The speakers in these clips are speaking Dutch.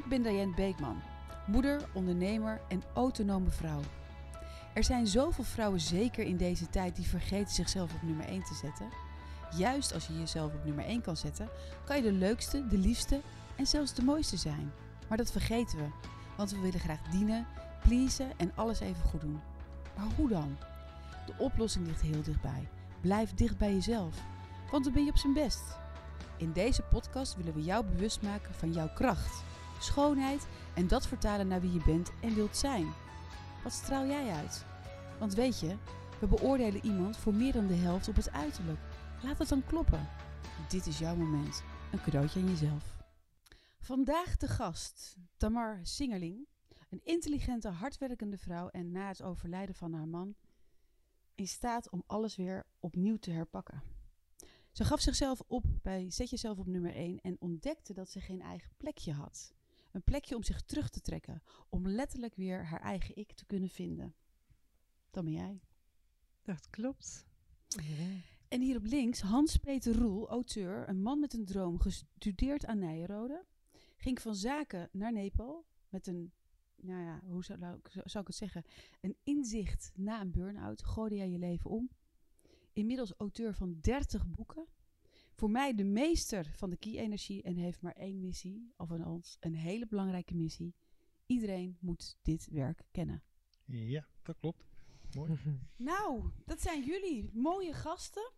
ben Diane Beekman, moeder, ondernemer en autonome vrouw. Er zijn zoveel vrouwen, zeker in deze tijd, die vergeten zichzelf op nummer 1 te zetten. Juist als je jezelf op nummer 1 kan zetten, kan je de leukste, de liefste en zelfs de mooiste zijn. Maar dat vergeten we, want we willen graag dienen, pleasen en alles even goed doen. Maar hoe dan? De oplossing ligt heel dichtbij. Blijf dicht bij jezelf, want dan ben je op zijn best. In deze podcast willen we jou bewust maken van jouw kracht, schoonheid en dat vertalen naar wie je bent en wilt zijn. Wat straal jij uit? Want weet je, we beoordelen iemand voor meer dan de helft op het uiterlijk. Laat het dan kloppen. Dit is jouw moment. Een cadeautje aan jezelf. Vandaag de gast, Tamar Singerling. Een intelligente, hardwerkende vrouw en na het overlijden van haar man in staat om alles weer opnieuw te herpakken. Ze gaf zichzelf op bij Zet Jezelf op nummer 1 en ontdekte dat ze geen eigen plekje had. Een plekje om zich terug te trekken, om letterlijk weer haar eigen ik te kunnen vinden. Dat ben jij. Dat klopt. Ja. En hier op links Hans-Peter Roel, auteur, een man met een droom, gestudeerd aan Nyenrode. Ging van zaken naar Nepal met een, hoe zou ik het zeggen, een inzicht na een burn-out. Gooide jij je leven om. Inmiddels auteur van 30 boeken. Voor mij de meester van de key-energie en heeft maar één missie, of een hele belangrijke missie. Iedereen moet dit werk kennen. Ja, dat klopt. Mooi. Nou, dat zijn jullie mooie gasten.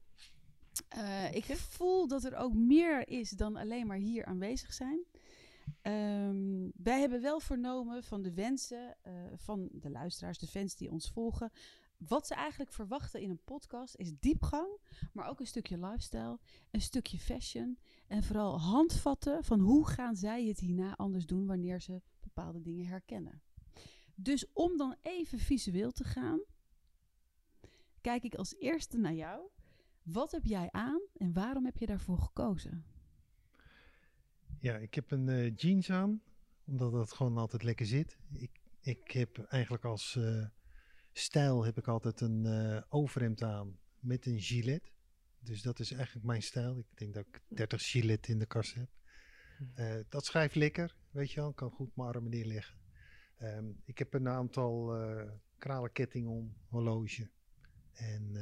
Ik voel dat er ook meer is dan alleen maar hier aanwezig zijn. Wij hebben wel vernomen van de wensen van de luisteraars, de fans die ons volgen. Wat ze eigenlijk verwachten in een podcast is diepgang, maar ook een stukje lifestyle, een stukje fashion en vooral handvatten van hoe gaan zij het hierna anders doen wanneer ze bepaalde dingen herkennen. Dus om dan even visueel te gaan, kijk ik als eerste naar jou. Wat heb jij aan en waarom heb je daarvoor gekozen? Ja, ik heb een jeans aan, omdat dat gewoon altijd lekker zit. Ik heb eigenlijk als stijl heb ik altijd een overhemd aan met een gilet. Dus dat is eigenlijk mijn stijl. Ik denk dat ik 30 gilet in de kast heb. Dat schrijft lekker, weet je wel. Kan goed mijn armen neerleggen. Ik heb een aantal kralenketting om, horloge. En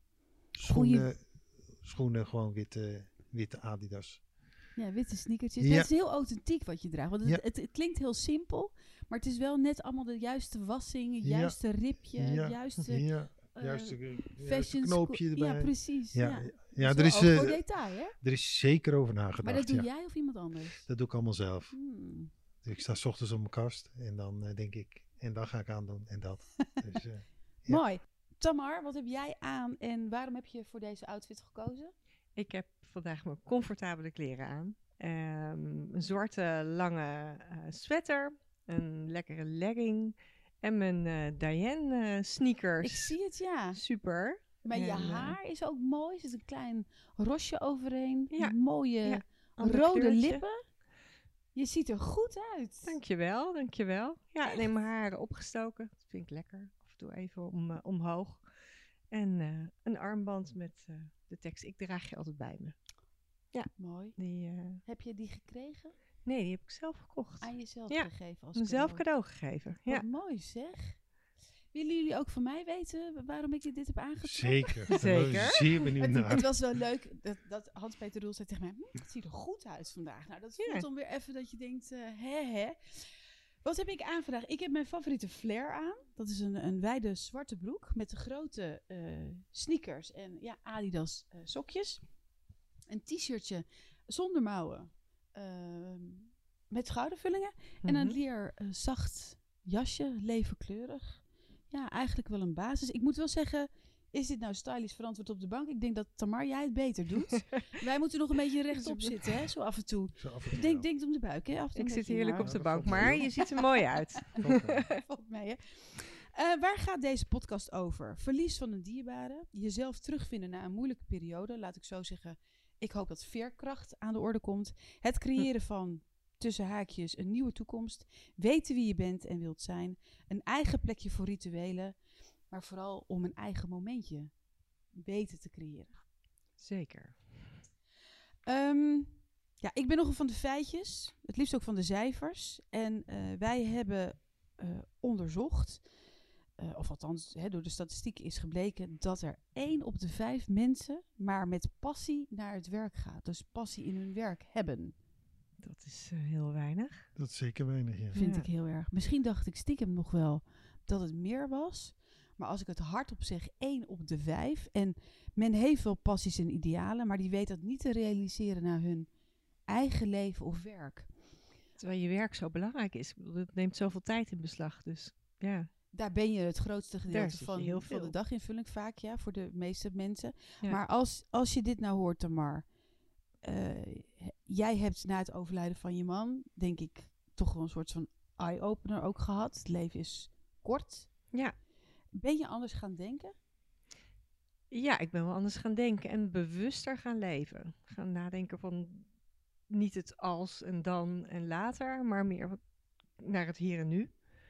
schoenen gewoon witte Adidas. Ja, witte sneakertjes. Ja. Het is heel authentiek wat je draagt. Want het klinkt heel simpel, maar het is wel net allemaal de juiste wassing, het juiste ripje, het juiste fashion knoopje erbij. Ja, precies. Ja, Dat er is is wel voor detail, hè? er is zeker over nagedacht. Maar dat doe jij of iemand anders? Dat doe ik allemaal zelf. Dus Ik sta 's ochtends op mijn kast en dan denk ik, en dan ga ik aandoen en dat. Dus, ja. Mooi. Tamar, wat heb jij aan en waarom heb je voor deze outfit gekozen? Ik heb vandaag mijn comfortabele kleren aan. Een zwarte lange sweater, een lekkere legging en mijn Diane sneakers. Ik zie het, ja. Super. Maar je haar is ook mooi. Er zit een klein rosje overheen. Ja. Mooie ander rode kleurtje. lippen. Je ziet er goed uit. Dankjewel. Ja, neem mijn haren opgestoken. Dat vind ik lekker. Af en toe even omhoog. En een armband met de tekst. Ik draag je altijd bij me. Ja. Mooi. Heb je die gekregen? Nee, die heb ik zelf gekocht. Aan jezelf gegeven als mezelf cadeau gegeven. Ja. Wat mooi zeg. Willen jullie ook van mij weten waarom ik dit heb aangetrokken? Zeker. Zeker. Zeer benieuwd naar. Het was wel leuk dat Hans-Peter Roel zei tegen mij, het ziet er goed uit vandaag. Nou, dat voelt dan weer even dat je denkt, hè. Wat heb ik aan vandaag? Ik heb mijn favoriete flare aan. Dat is een wijde zwarte broek met de grote sneakers en Adidas sokjes. Een t-shirtje zonder mouwen met schoudervullingen. En een leer zacht jasje, levenkleurig. Ja, eigenlijk wel een basis. Ik moet wel zeggen, is dit nou stylish verantwoord op de bank? Ik denk dat Tamar, jij het beter doet. Wij moeten nog een beetje rechtop zitten, hè? Zo af en toe. Denk om de buik, hè? Ik zit heerlijk op de bank, maar je ziet er mooi uit. Valt mee, hè? Waar gaat deze podcast over? Verlies van een dierbare, jezelf terugvinden na een moeilijke periode. Laat ik zo zeggen, ik hoop dat veerkracht aan de orde komt. Het creëren van, tussen haakjes, een nieuwe toekomst. Weten wie je bent en wilt zijn. Een eigen plekje voor rituelen. Maar vooral om een eigen momentje weten te creëren. Zeker. Ja, ik ben nogal van de feitjes. Het liefst ook van de cijfers. En wij hebben onderzocht, of althans door de statistieken is gebleken, dat er 1 op de 5 mensen maar met passie naar het werk gaat. Dus passie in hun werk hebben. Dat is heel weinig. Dat is zeker weinig, ja. Vind Ja. ik heel erg. Misschien dacht ik stiekem nog wel dat het meer was. Maar als ik het hardop zeg, 1 op de 5. En men heeft wel passies en idealen, maar die weet dat niet te realiseren naar hun eigen leven of werk. Terwijl je werk zo belangrijk is. Ik bedoel, het neemt zoveel tijd in beslag. Dus ja. Daar ben je het grootste Daar gedeelte zit je heel van de veel. daginvulling vaak, ja, voor de meeste mensen. Ja. Maar als je dit nou hoort, Tamar, jij hebt na het overlijden van je man, denk ik, toch wel een soort van eye-opener ook gehad. Het leven is kort. Ja. Ben je anders gaan denken? Ja, ik ben wel anders gaan denken en bewuster gaan leven. Gaan nadenken van niet het als en dan en later, maar meer naar het hier en nu.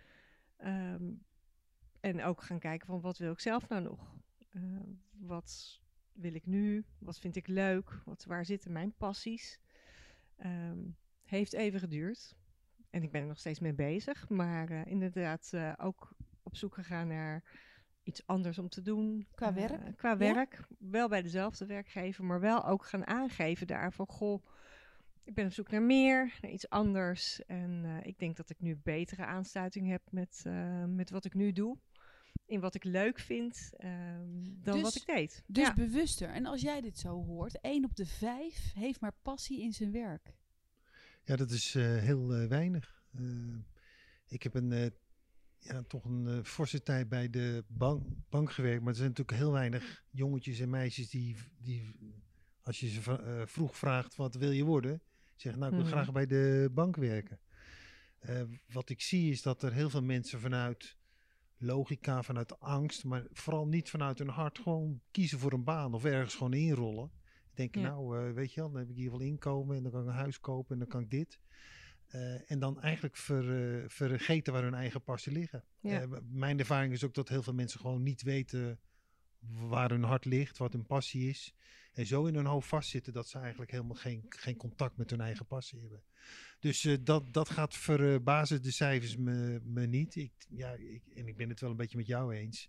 En ook gaan kijken van wat wil ik zelf nou nog? Wat wil ik nu? Wat vind ik leuk? Waar zitten mijn passies? Heeft even geduurd. En ik ben er nog steeds mee bezig. Maar inderdaad ook op zoek gegaan naar iets anders om te doen. Qua werk? Qua werk. Wel bij dezelfde werkgever, maar wel ook gaan aangeven daarvan, goh, ik ben op zoek naar meer, naar iets anders. En ik denk dat ik nu betere aansluiting heb met wat ik nu doe. In wat ik leuk vind dan Dus- wat ik deed. Dus Ja. bewuster. En als jij dit zo hoort, 1 op de 5 heeft maar passie in zijn werk. Ja, dat is heel weinig. Ik heb toch een forse tijd bij de bank gewerkt. Maar er zijn natuurlijk heel weinig jongetjes en meisjes die als je ze vroeg vraagt wat wil je worden, zeggen nou ik wil graag bij de bank werken. Wat ik zie is dat er heel veel mensen vanuit logica, vanuit angst, maar vooral niet vanuit hun hart gewoon kiezen voor een baan of ergens gewoon inrollen. Denken nou weet je wel, dan heb ik hier wel inkomen en dan kan ik een huis kopen en dan kan ik dit. En dan eigenlijk vergeten waar hun eigen passie liggen. Ja. Mijn ervaring is ook dat heel veel mensen gewoon niet weten waar hun hart ligt, wat hun passie is. En zo in hun hoofd vastzitten dat ze eigenlijk helemaal geen contact met hun eigen passie hebben. Dus dat gaat verbazen de cijfers me niet. En ik ben het wel een beetje met jou eens.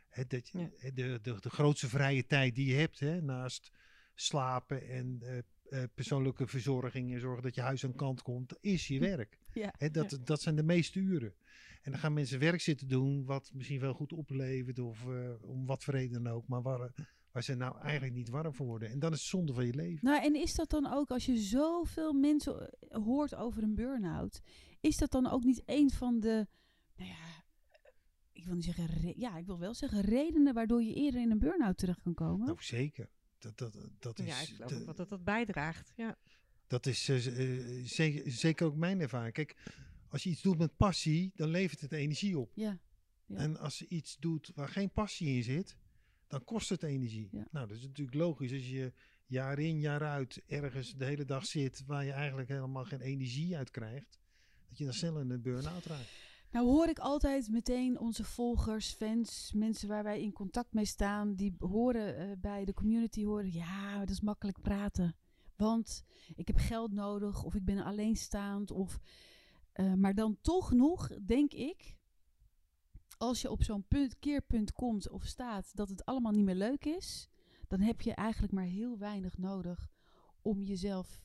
De grootste vrije tijd die je hebt, naast slapen en persoonlijke verzorging en zorgen dat je huis aan kant komt, is je werk. Ja. Dat zijn de meeste uren. En dan gaan mensen werk zitten doen wat misschien wel goed oplevert of om wat voor reden dan ook, maar waar ze nou eigenlijk niet warm voor worden. En dan is het zonde van je leven. Nou, en is dat dan ook, als je zoveel mensen hoort over een burn-out, is dat dan ook niet een van de, nou ja, ik wil niet zeggen, ik wil wel zeggen redenen waardoor je eerder in een burn-out terecht kan komen? Nou, zeker. Dat is, Ja, ik geloof ook wel dat bijdraagt. Ja. Dat is zeker ook mijn ervaring. Kijk, als je iets doet met passie, dan levert het energie op. Ja. Ja. En als je iets doet waar geen passie in zit, dan kost het energie. Ja. Nou, dat is natuurlijk logisch. Als je jaar in, jaar uit ergens de hele dag zit waar je eigenlijk helemaal geen energie uit krijgt, dat je dan snel in een burn-out raakt. Nou hoor ik altijd meteen onze volgers, fans, mensen waar wij in contact mee staan, die horen bij de community horen, ja, dat is makkelijk praten. Want ik heb geld nodig of ik ben alleenstaand. Maar dan toch nog, denk ik, als je op zo'n keerpunt komt of staat dat het allemaal niet meer leuk is, dan heb je eigenlijk maar heel weinig nodig om jezelf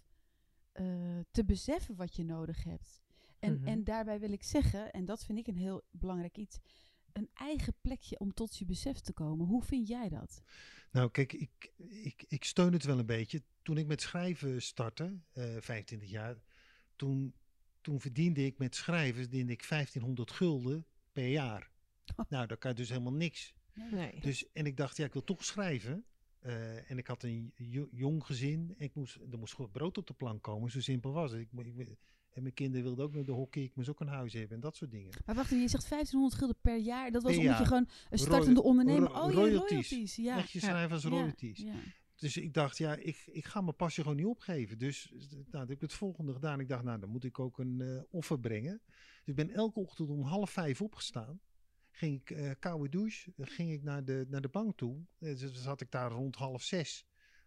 te beseffen wat je nodig hebt. En daarbij wil ik zeggen, en dat vind ik een heel belangrijk iets, een eigen plekje om tot je besef te komen. Hoe vind jij dat? Nou, kijk, ik steun het wel een beetje. Toen ik met schrijven startte, 25 jaar, toen verdiende ik met schrijven 1500 gulden per jaar. Nou, daar kan je dus helemaal niks. Nee. Dus, en ik dacht, ja, ik wil toch schrijven. En ik had een jong gezin. En er moest gewoon brood op de plank komen. Zo simpel was het. En mijn kinderen wilden ook naar de hockey. Ik moest ook een huis hebben en dat soort dingen. Maar wacht even, je zegt 1500 gulden per jaar. Dat was Per omdat je jaar. gewoon een startende ondernemer... royalties. Ja. Echt je schrijven als royalties. Ja. Dus ik dacht, ja, ik ga mijn passie gewoon niet opgeven. Dus dan heb ik het volgende gedaan. Ik dacht, nou, dan moet ik ook een offer brengen. Dus ik ben elke ochtend om 4:30 opgestaan. Ging ik koude douche, ging ik naar de bank toe. Dus zat ik daar rond 5:30.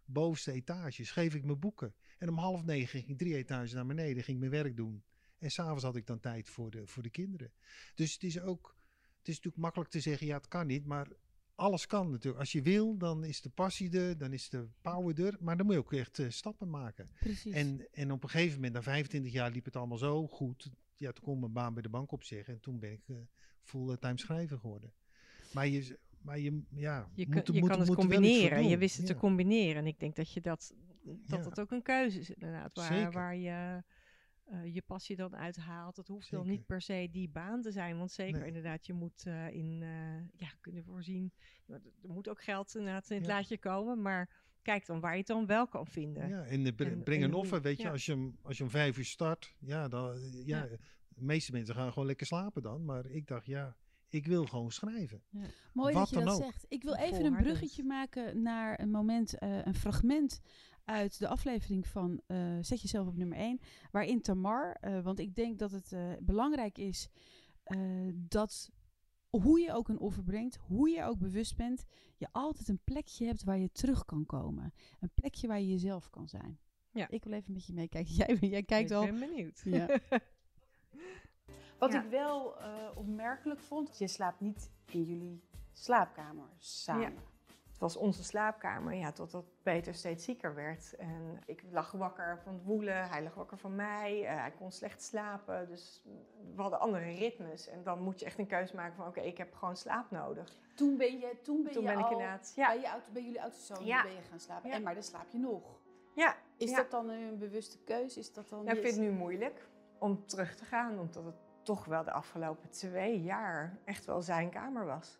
bovenste etage, schreef ik mijn boeken. En om 8:30 ging ik 3 etages naar beneden, ging ik mijn werk doen. En s'avonds had ik dan tijd voor de kinderen. Dus het is natuurlijk makkelijk te zeggen, ja, het kan niet, maar alles kan natuurlijk. Als je wil, dan is de passie er, dan is de power er, maar dan moet je ook echt stappen maken. Precies. En op een gegeven moment, na 25 jaar, liep het allemaal zo goed. Ja, toen kon ik mijn baan bij de bank opzeggen en toen ben ik fulltime schrijver geworden. Maar je kan het combineren. Je wist het te Ja. combineren. En ik denk dat dat Ja. ook een keuze is inderdaad. Zeker. Waar je passie dan uithaalt. Het hoeft dan Zeker. niet per se die baan te zijn. Want zeker Nee. inderdaad, je moet kunnen voorzien. Er moet ook geld inderdaad in het Ja. laadje komen. Maar kijk dan waar je het dan wel kan vinden. Ja, en breng en een hoe- offer, weet je, ja. als je om 5 uur start, de meeste mensen gaan gewoon lekker slapen dan. Maar ik dacht, ik wil gewoon schrijven. Mooi Wat dat je dan dat ook. zegt. Ik wil even een Volhardend. bruggetje maken naar een moment, een fragment uit de aflevering van Zet jezelf op nummer 1. Waarin Tamar, want ik denk dat het belangrijk is dat hoe je ook een offer brengt, hoe je ook bewust bent, je altijd een plekje hebt waar je terug kan komen. Een plekje waar je jezelf kan zijn. Ja. Ik wil even met je meekijken. Jij kijkt Ik al. ben benieuwd. Ja. Wat Ja. ik wel opmerkelijk vond, je slaapt niet in jullie slaapkamer samen. Ja. Het was onze slaapkamer, totdat Peter steeds zieker werd. En ik lag wakker van het woelen, hij lag wakker van mij. Hij kon slecht slapen, dus we hadden andere ritmes. En dan moet je echt een keuze maken van, oké, ik heb gewoon slaap nodig. Toen ben je Toen ben ik al inderdaad, bij jullie oudste zoon Ja. ben je gaan slapen. Ja. En maar dan slaap je nog. Ja, Is ja. dat dan nu een bewuste keuze? Is dat dan Nou, ik vind het nu moeilijk om terug te gaan, omdat het toch wel de afgelopen 2 jaar echt wel zijn kamer was.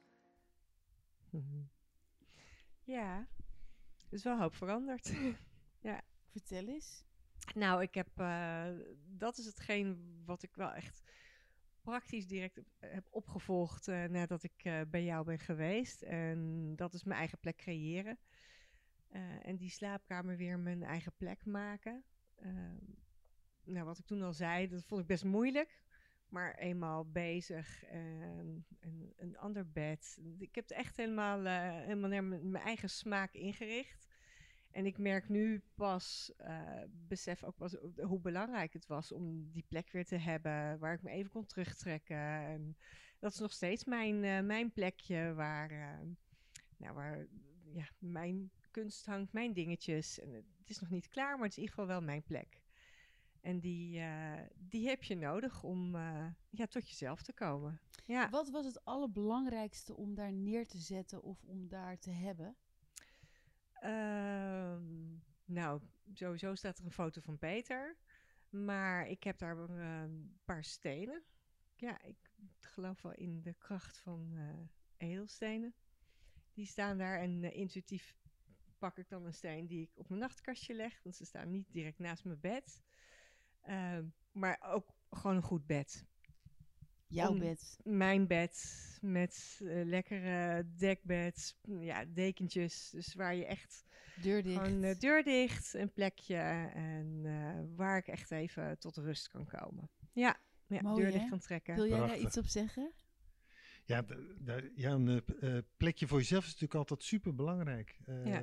Ja, er is wel hoop veranderd. Vertel eens. Nou, ik heb, dat is hetgeen wat ik wel echt praktisch direct heb opgevolgd nadat ik bij jou ben geweest. En dat is mijn eigen plek creëren. En die slaapkamer weer mijn eigen plek maken. Nou, wat ik toen al zei, dat vond ik best moeilijk. Maar eenmaal bezig en een ander bed. Ik heb het echt helemaal naar mijn eigen smaak ingericht. En ik merk nu pas, besef ook pas hoe belangrijk het was om die plek weer te hebben. Waar ik me even kon terugtrekken. En dat is nog steeds mijn plekje waar mijn kunst hangt, mijn dingetjes. En het is nog niet klaar, maar het is in ieder geval wel mijn plek. En die heb je nodig om tot jezelf te komen. Ja. Wat was het allerbelangrijkste om daar neer te zetten of om daar te hebben? Nou, sowieso staat er een foto van Peter. Maar ik heb daar een paar stenen. Ja, ik geloof wel in de kracht van edelstenen. Die staan daar en intuïtief pak ik dan een steen die ik op mijn nachtkastje leg. Want ze staan niet direct naast mijn bed. Maar ook gewoon een goed bed. Jouw Om- bed. Mijn bed met lekkere dekbeds, dekentjes. Dus waar je echt Deur dicht. gewoon deur dicht, een plekje en waar ik echt even tot rust kan komen. Ja, Mooi, deur hè? dicht gaan trekken. Wil jij daar Prachtig. iets op zeggen? Ja, een plekje voor jezelf is natuurlijk altijd super belangrijk.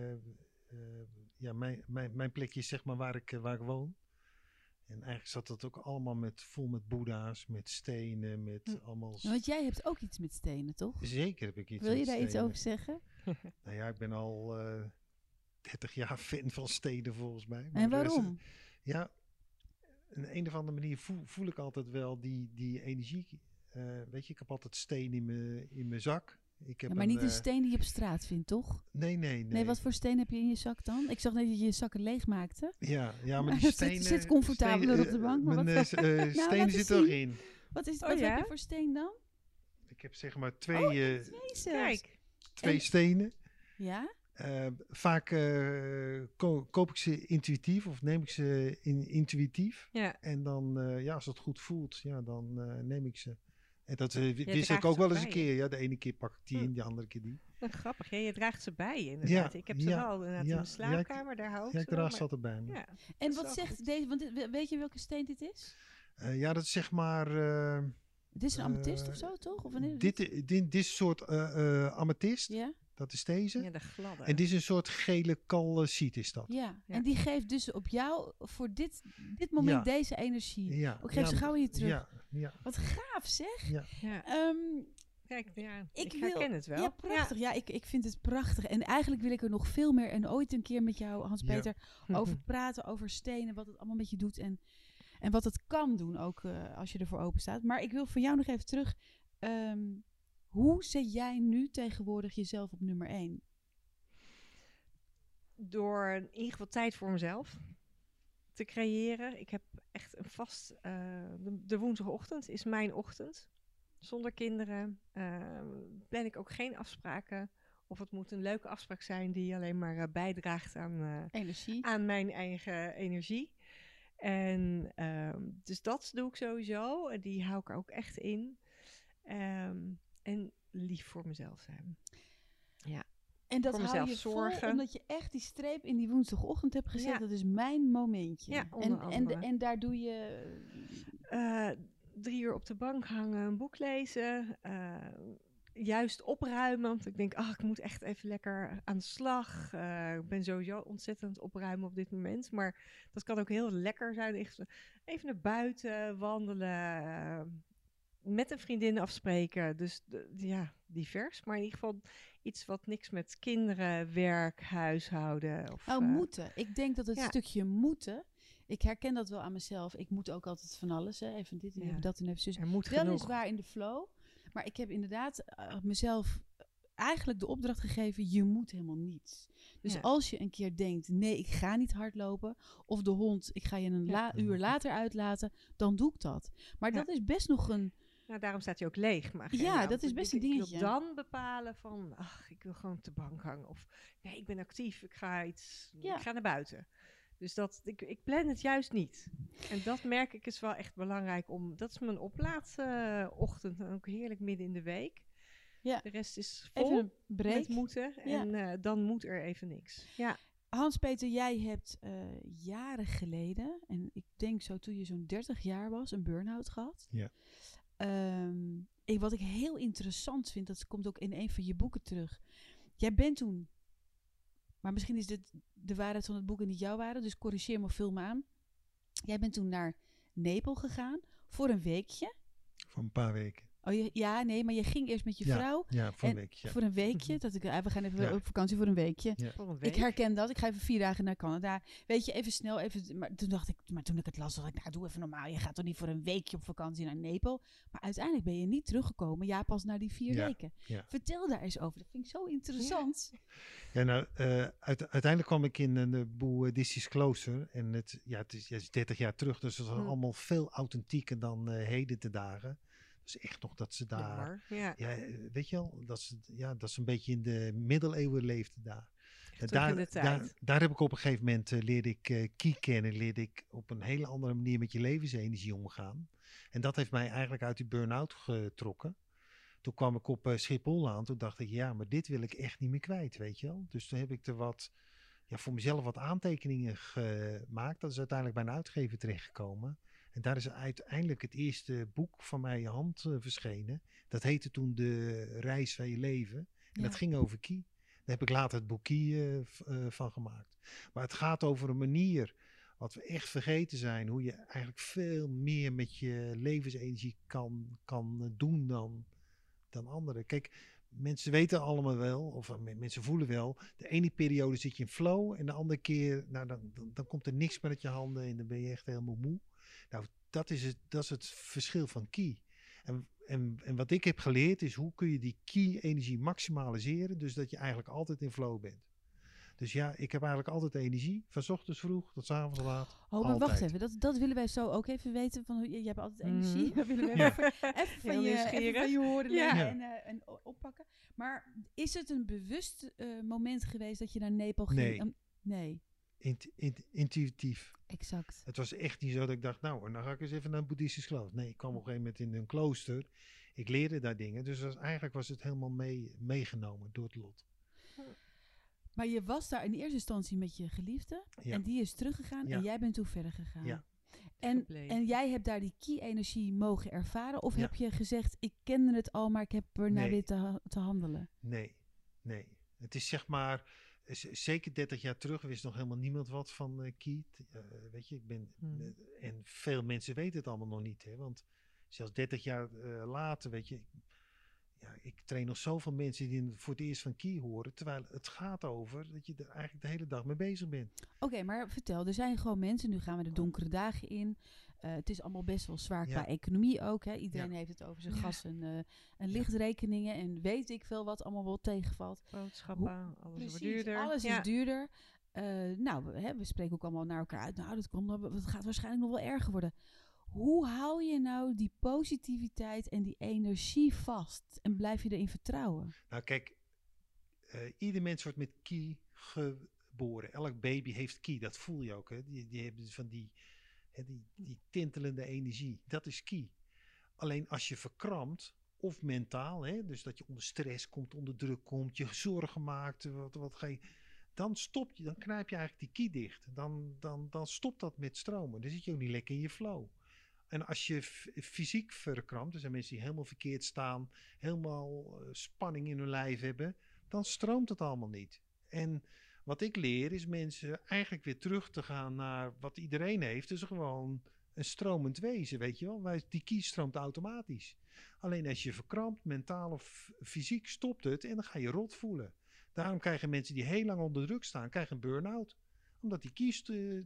Mijn plekje is zeg maar waar ik woon. En eigenlijk zat dat ook allemaal vol met boeddha's, met stenen, met allemaal... Want jij hebt ook iets met stenen, toch? Zeker heb ik iets Wil je met daar iets stenen. over zeggen? Nou ja, ik ben al 30 jaar fan van stenen volgens mij. En Maar, waarom? op een of andere manier voel ik altijd wel die energie. Weet je, ik heb altijd steen in mijn zak. Ik heb Ja, maar niet een steen die je op straat vindt, toch? Nee. Nee, wat voor steen heb je in je zak dan? Ik zag net dat je je zakken leeg maakte. Ja, maar Maar die het stenen... zit comfortabeler op de bank, maar Mijn wat- stenen laat zitten eens er zien. in. Wat Oh, ja? heb je voor steen dan? Ik heb zeg maar twee Jezus. Kijk, en- stenen. Ja? Vaak koop ik ze intuïtief of neem ik ze intuïtief. ja. En dan, als het goed voelt, dan neem ik ze. En dat wissel ik draagt ook ze wel eens een bij keer. Ja, de ene keer pak ik die in, de andere keer die. Grappig. Ja, je draagt ze bij inderdaad. Ja, Ik heb ze ja, wel inderdaad in ja. mijn slaapkamer, daar hou ik Ja, ze ik wel, draag ze maar- altijd bij me. Ja. En is wat wel zegt goed. deze, want weet je welke steen dit is? Dat is zeg maar... Het is een amethyst of zo, toch? Of een, dit is een soort amethyst. Ja? Dat is deze. Ja, de gladde. En dit is een soort gele calciet is dat. Ja. Ja. En die geeft dus op jou voor dit moment Ja. deze energie. Ja. Ook geef ze gauw hier terug. Ja. Wat gaaf zeg. Ja. Ja. Ehm, Kijk, ja, ik ik herken het wel. Ja, prachtig. Ja, ik vind het prachtig. En eigenlijk wil ik er nog veel meer en ooit een keer met jou, Hans-Peter, over praten. Over stenen, wat het allemaal met je doet. En wat het kan doen ook als je ervoor open staat. Maar ik wil van jou nog even terug. Hoe zet jij nu tegenwoordig jezelf op nummer 1? Door in ieder geval tijd voor mezelf te creëren. Ik heb echt een vast... de woensdagochtend is mijn ochtend. Zonder kinderen plan ik ook geen afspraken. Of het moet een leuke afspraak zijn die alleen maar bijdraagt Energie. aan mijn eigen energie. En dus dat doe ik sowieso. En die hou ik er ook echt in. En lief voor mezelf zijn. En dat voor hou je mezelf vol zorgen. omdat je echt die streep in die woensdagochtend hebt gezet. Ja. Dat is mijn momentje. Ja, onder andere. En daar doe je... 3 uur op de bank hangen, een boek lezen. Juist opruimen. Want ik denk, ik moet echt even lekker aan de slag. Ik ben sowieso ontzettend opruimen op dit moment. Maar dat kan ook heel lekker zijn. Even naar buiten wandelen. Met een vriendin afspreken. Dus divers. Maar in ieder geval iets wat niks met kinderen, werk, huishouden. Of, moeten. Ik denk dat het ja. stukje moeten... Ik herken dat wel aan mezelf. Ik moet ook altijd van alles. Hè. Even dit en Ja. even dat en even zus. er moet Wel is genoeg. waar in de flow. Maar ik heb inderdaad mezelf eigenlijk de opdracht gegeven... je moet helemaal niets. Dus Ja. als je een keer denkt... nee, ik ga niet hardlopen... of de hond, ik ga je een uur later uitlaten... dan doe ik dat. Maar Ja. dat is best nog een... Nou, daarom staat hij ook leeg. Maar Ja, dat is best een dingetje. Ik wil dan bepalen van, ik wil gewoon op de bank hangen. Of, nee, ik ben actief, ik ga naar buiten. Dus ik plan het juist niet. En dat merk ik is wel echt belangrijk om... Dat is mijn ochtend en ook heerlijk midden in de week. Ja. De rest is Even vol een break. met moeten. Ja. En dan moet er even niks. Ja. Hans-Peter, jij hebt jaren geleden... en ik denk zo toen je zo'n 30 jaar was... een burn-out gehad. Ja. Wat ik heel interessant vind... dat komt ook in een van je boeken terug. Jij bent toen... maar misschien is dit de waarheid van het boek en niet jouw waarheid... dus corrigeer me of vul me aan. Jij bent toen naar Nepal gegaan voor een weekje. Voor een paar weken. Maar je ging eerst met je vrouw... Ja, voor een en weekje. voor een weekje. Dat we gaan even Ja. op vakantie voor een weekje. Ja. Voor een week. Ik herken dat. Ik ga even 4 dagen naar Canada. Weet je, even snel. Maar toen dacht ik, toen ik het las, dacht ik, doe even normaal. Je gaat toch niet voor een weekje op vakantie naar Nepal. Maar uiteindelijk ben je niet teruggekomen. Ja, pas na die 4 weken. Ja. Vertel daar eens over. Dat vind ik zo interessant. Ja, nou, uiteindelijk kwam ik in een boeddhistisch klooster. En het is 30 jaar terug. Dus het was allemaal veel authentieker dan heden te dagen. Dus echt nog dat ze daar... Ja. Ja, weet je wel, dat ze een beetje in de middeleeuwen leefden daar. Terug in de tijd. Daar heb ik op een gegeven moment leerde ik Ki kennen. Leerde ik op een hele andere manier met je levensenergie omgaan. En dat heeft mij eigenlijk uit die burn-out getrokken. Toen kwam ik op Schiphol aan. Toen dacht ik, ja, maar dit wil ik echt niet meer kwijt, weet je wel. Dus toen heb ik er voor mezelf wat aantekeningen gemaakt. Dat is uiteindelijk bij een uitgever terechtgekomen. En daar is uiteindelijk het eerste boek van mijn hand verschenen. Dat heette toen De Reis van je leven. En dat ging over Ki. Daar heb ik later het boek Ki van gemaakt. Maar het gaat over een manier, wat we echt vergeten zijn, hoe je eigenlijk veel meer met je levensenergie kan doen dan anderen. Kijk, mensen weten allemaal wel, of mensen voelen wel, de ene periode zit je in flow en de andere keer, dan komt er niks meer uit je handen en dan ben je echt helemaal moe. Nou, dat is het verschil van Ki. En wat ik heb geleerd is, hoe kun je die Ki-energie maximaliseren, dus dat je eigenlijk altijd in flow bent. Dus ja, ik heb eigenlijk altijd energie, van 's ochtends vroeg tot 's avonds laat. Maar wacht even, dat willen wij zo ook even weten. Van, je hebt altijd energie. Dat willen we even van je horen en oppakken. Maar is het een bewust moment geweest dat je naar Nepal ging? Nee. Intuïtief. Exact. Het was echt niet zo dat ik dacht, nou, dan ga ik eens even naar een boeddhistisch klooster. Nee, ik kwam op een gegeven moment in een klooster. Ik leerde daar dingen. Dus eigenlijk was het helemaal meegenomen door het lot. Maar je was daar in eerste instantie met je geliefde. Ja. En die is teruggegaan. Ja. En jij bent toen verder gegaan. Ja. En jij hebt daar die Ki-energie mogen ervaren? Of heb je gezegd, ik kende het al, maar ik heb er naar weer te handelen? Nee. Het is zeg maar, zeker 30 jaar terug wist nog helemaal niemand wat van Ki. Weet je, en veel mensen weten het allemaal nog niet. Hè, want zelfs 30 jaar later, weet je, ik train nog zoveel mensen die voor het eerst van Ki horen. Terwijl het gaat over dat je er eigenlijk de hele dag mee bezig bent. Oké, maar vertel, er zijn gewoon mensen, nu gaan we de donkere dagen in. Het is allemaal best wel zwaar qua economie ook. Hè? Iedereen heeft het over zijn gas en lichtrekeningen en weet ik veel wat allemaal wel tegenvalt. Boodschappen, alles Precies, wordt duurder. alles is duurder. We spreken ook allemaal naar elkaar uit. Nou, dat gaat waarschijnlijk nog wel erger worden. Hoe hou je nou die positiviteit en die energie vast? En blijf je erin vertrouwen? Nou kijk, ieder mens wordt met Ki geboren. Elk baby heeft Ki, dat voel je ook. Hè? Die hebben van die tintelende energie. Dat is Ki. Alleen als je verkrampt, of mentaal, hè, dus dat je onder stress komt, onder druk komt, je zorgen maakt, dan stop je, dan knijp je eigenlijk die Ki dicht. Dan stopt dat met stromen. Dan zit je ook niet lekker in je flow. En als je fysiek verkrampt, er zijn mensen die helemaal verkeerd staan, helemaal spanning in hun lijf hebben, dan stroomt het allemaal niet. En wat ik leer is mensen eigenlijk weer terug te gaan naar wat iedereen heeft. Dus gewoon een stromend wezen, weet je wel. Die Ki stroomt automatisch. Alleen als je verkrampt, mentaal of fysiek, stopt het en dan ga je rot voelen. Daarom krijgen mensen die heel lang onder druk staan, krijgen een burn-out. Omdat die Ki